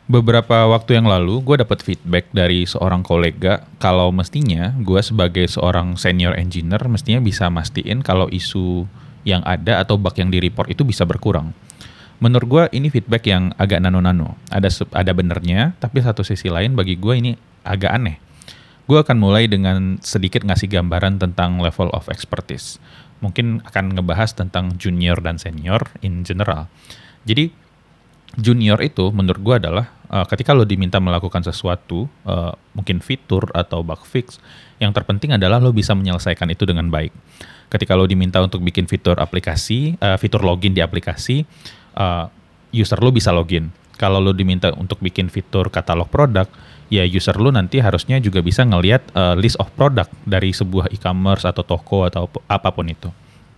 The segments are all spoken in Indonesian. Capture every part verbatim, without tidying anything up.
Beberapa waktu yang lalu, gue dapat feedback dari seorang kolega kalau mestinya gue sebagai seorang senior engineer mestinya bisa mastiin kalau isu yang ada atau bug yang di-report itu bisa berkurang. Menurut gue ini feedback yang agak nano-nano. Ada se- ada benernya, tapi satu sisi lain bagi gue ini agak aneh. Gue akan mulai dengan sedikit ngasih gambaran tentang level of expertise. Mungkin akan ngebahas tentang junior dan senior in general. Jadi junior itu menurut gue adalah uh, ketika lo diminta melakukan sesuatu, uh, mungkin fitur atau bug fix, yang terpenting adalah lo bisa menyelesaikan itu dengan baik. Ketika lo diminta untuk bikin fitur aplikasi, uh, fitur login di aplikasi, uh, user lo bisa login. Kalau lo diminta untuk bikin fitur katalog produk, ya user lo nanti harusnya juga bisa ngelihat uh, list of product dari sebuah e-commerce atau toko atau apapun itu.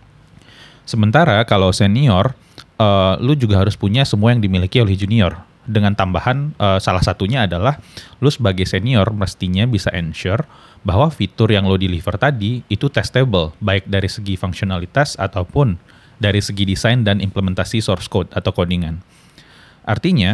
Sementara kalau senior, uh, lu juga harus punya semua yang dimiliki oleh junior. Dengan tambahan, uh, salah satunya adalah lu sebagai senior mestinya bisa ensure bahwa fitur yang lo deliver tadi itu testable, baik dari segi fungsionalitas ataupun dari segi desain dan implementasi source code atau codingan. Artinya,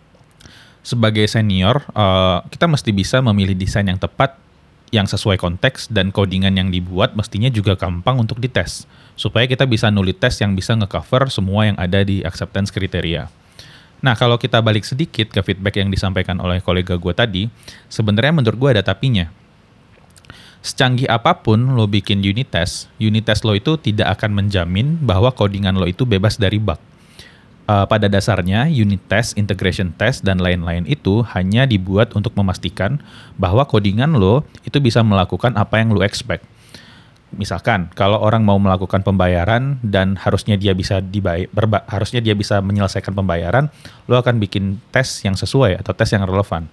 sebagai senior, uh, kita mesti bisa memilih desain yang tepat, yang sesuai konteks, dan codingan yang dibuat mestinya juga gampang untuk dites, supaya kita bisa nulis tes yang bisa nge-cover semua yang ada di acceptance kriteria. Nah, kalau kita balik sedikit ke feedback yang disampaikan oleh kolega gue tadi, sebenarnya menurut gue ada tapinya. Secanggih apapun lo bikin unit test, unit test lo itu tidak akan menjamin bahwa codingan lo itu bebas dari bug. Uh, pada dasarnya, unit test, integration test, dan lain-lain itu hanya dibuat untuk memastikan bahwa codingan lo itu bisa melakukan apa yang lo expect. Misalkan, kalau orang mau melakukan pembayaran dan harusnya dia bisa dibay- berba- harusnya dia bisa menyelesaikan pembayaran, lo akan bikin tes yang sesuai atau tes yang relevan.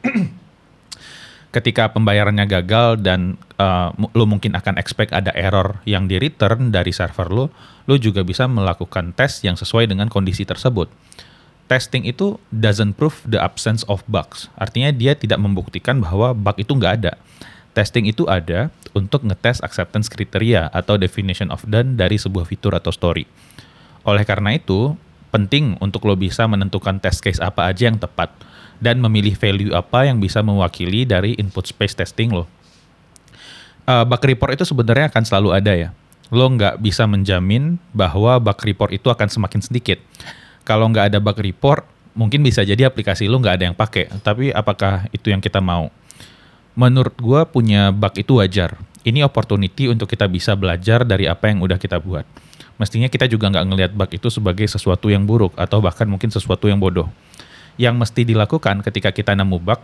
Ketika pembayarannya gagal dan uh, lo mungkin akan expect ada error yang di return dari server lo, lo juga bisa melakukan tes yang sesuai dengan kondisi tersebut. Testing itu doesn't prove the absence of bugs. Artinya dia tidak membuktikan bahwa bug itu nggak ada. Testing itu ada untuk ngetes acceptance kriteria atau definition of done dari sebuah fitur atau story. Oleh karena itu, penting untuk lo bisa menentukan test case apa aja yang tepat dan memilih value apa yang bisa mewakili dari input space testing lo. Uh, bug report itu sebenarnya akan selalu ada ya. Lo nggak bisa menjamin bahwa bug report itu akan semakin sedikit. Kalau nggak ada bug report, mungkin bisa jadi aplikasi lo nggak ada yang pakai. Tapi apakah itu yang kita mau? Menurut gue punya bug itu wajar. Ini opportunity untuk kita bisa belajar dari apa yang udah kita buat. Mestinya kita juga nggak ngelihat bug itu sebagai sesuatu yang buruk atau bahkan mungkin sesuatu yang bodoh. Yang mesti dilakukan ketika kita nemu bug,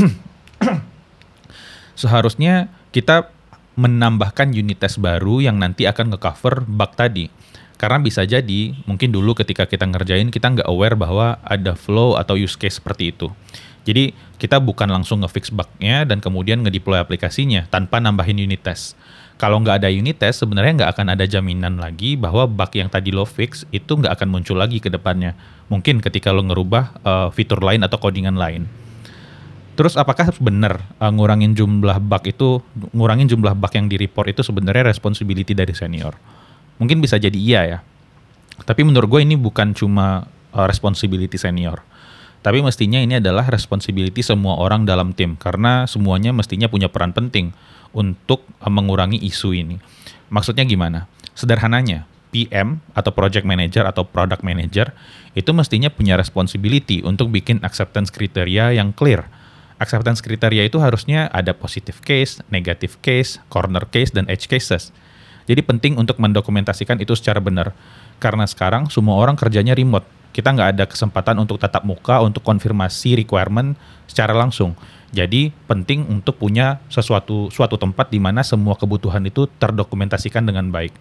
seharusnya kita menambahkan unit test baru yang nanti akan nge-cover bug tadi. Karena bisa jadi, mungkin dulu ketika kita ngerjain, kita nggak aware bahwa ada flow atau use case seperti itu. Jadi, kita bukan langsung nge-fix bug-nya dan kemudian nge-deploy aplikasinya tanpa nambahin unit test. Kalau nggak ada unit test, sebenarnya nggak akan ada jaminan lagi bahwa bug yang tadi lo fix itu nggak akan muncul lagi ke depannya. Mungkin ketika lo ngerubah uh, fitur lain atau codingan lain. Terus apakah benar uh, ngurangin jumlah bug itu, ngurangin jumlah bug yang di-report itu sebenarnya responsibility dari senior? Mungkin bisa jadi iya ya. Tapi menurut gue ini bukan cuma uh, responsibility senior. Tapi mestinya ini adalah responsibility semua orang dalam tim. Karena semuanya mestinya punya peran penting untuk uh, mengurangi isu ini. Maksudnya gimana? Sederhananya, P M atau project manager atau product manager itu mestinya punya responsibility untuk bikin acceptance kriteria yang clear. Acceptance kriteria itu harusnya ada positive case, negative case, corner case, dan edge cases. Jadi penting untuk mendokumentasikan itu secara benar. Karena sekarang semua orang kerjanya remote. Kita nggak ada kesempatan untuk tatap muka, untuk konfirmasi requirement secara langsung. Jadi penting untuk punya sesuatu suatu tempat di mana semua kebutuhan itu terdokumentasikan dengan baik.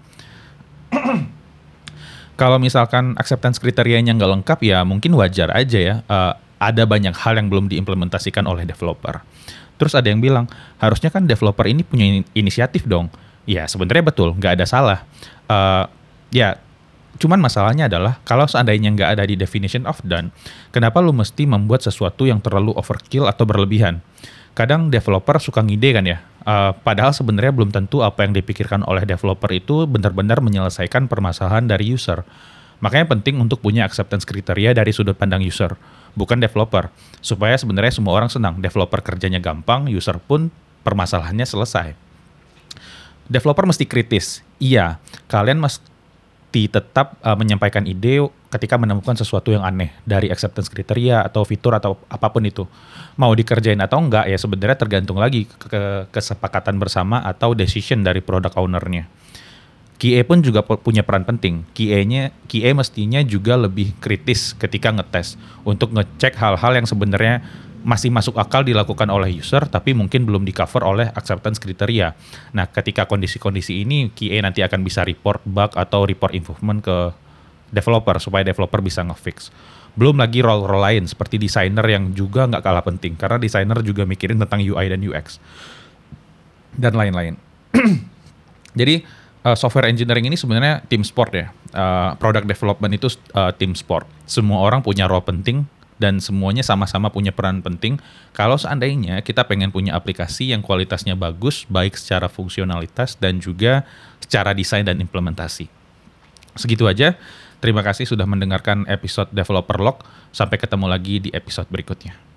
Kalau misalkan acceptance kriterianya nggak lengkap ya mungkin wajar aja ya. Uh, ada banyak hal yang belum diimplementasikan oleh developer. Terus ada yang bilang, harusnya kan developer ini punya inisiatif dong. Ya sebenarnya betul, nggak ada salah. Uh, ya cuman masalahnya adalah kalau seandainya nggak ada di definition of done, kenapa lu mesti membuat sesuatu yang terlalu overkill atau berlebihan? Kadang developer suka ngide kan ya, uh, padahal sebenarnya belum tentu apa yang dipikirkan oleh developer itu benar-benar menyelesaikan permasalahan dari user. Makanya penting untuk punya acceptance kriteria dari sudut pandang user. bukan developer. Supaya sebenarnya semua orang senang, developer kerjanya gampang, user pun permasalahannya selesai. Developer mesti kritis. Iya, kalian mesti tetap uh, menyampaikan ide ketika menemukan sesuatu yang aneh dari acceptance kriteria atau fitur atau apapun itu. Mau dikerjain atau enggak ya sebenarnya tergantung lagi ke, ke kesepakatan bersama atau decision dari product owner-nya. Q A pun juga punya peran penting. Q A-nya, Q A mestinya juga lebih kritis ketika ngetes untuk ngecek hal-hal yang sebenarnya masih masuk akal dilakukan oleh user tapi mungkin belum di cover oleh acceptance kriteria. Nah, ketika kondisi-kondisi ini Q A nanti akan bisa report bug atau report improvement ke developer supaya developer bisa nge-fix. Belum lagi role-role lain seperti designer yang juga nggak kalah penting karena designer juga mikirin tentang U I dan U X dan lain-lain. Jadi uh, software engineering ini sebenarnya tim sport ya. Uh, product development itu uh, tim sport. Semua orang punya role penting dan semuanya sama-sama punya peran penting. Kalau seandainya kita pengen punya aplikasi yang kualitasnya bagus, baik secara fungsionalitas dan juga secara desain dan implementasi. Segitu aja. Terima kasih sudah mendengarkan episode Developer Log. Sampai ketemu lagi di episode berikutnya.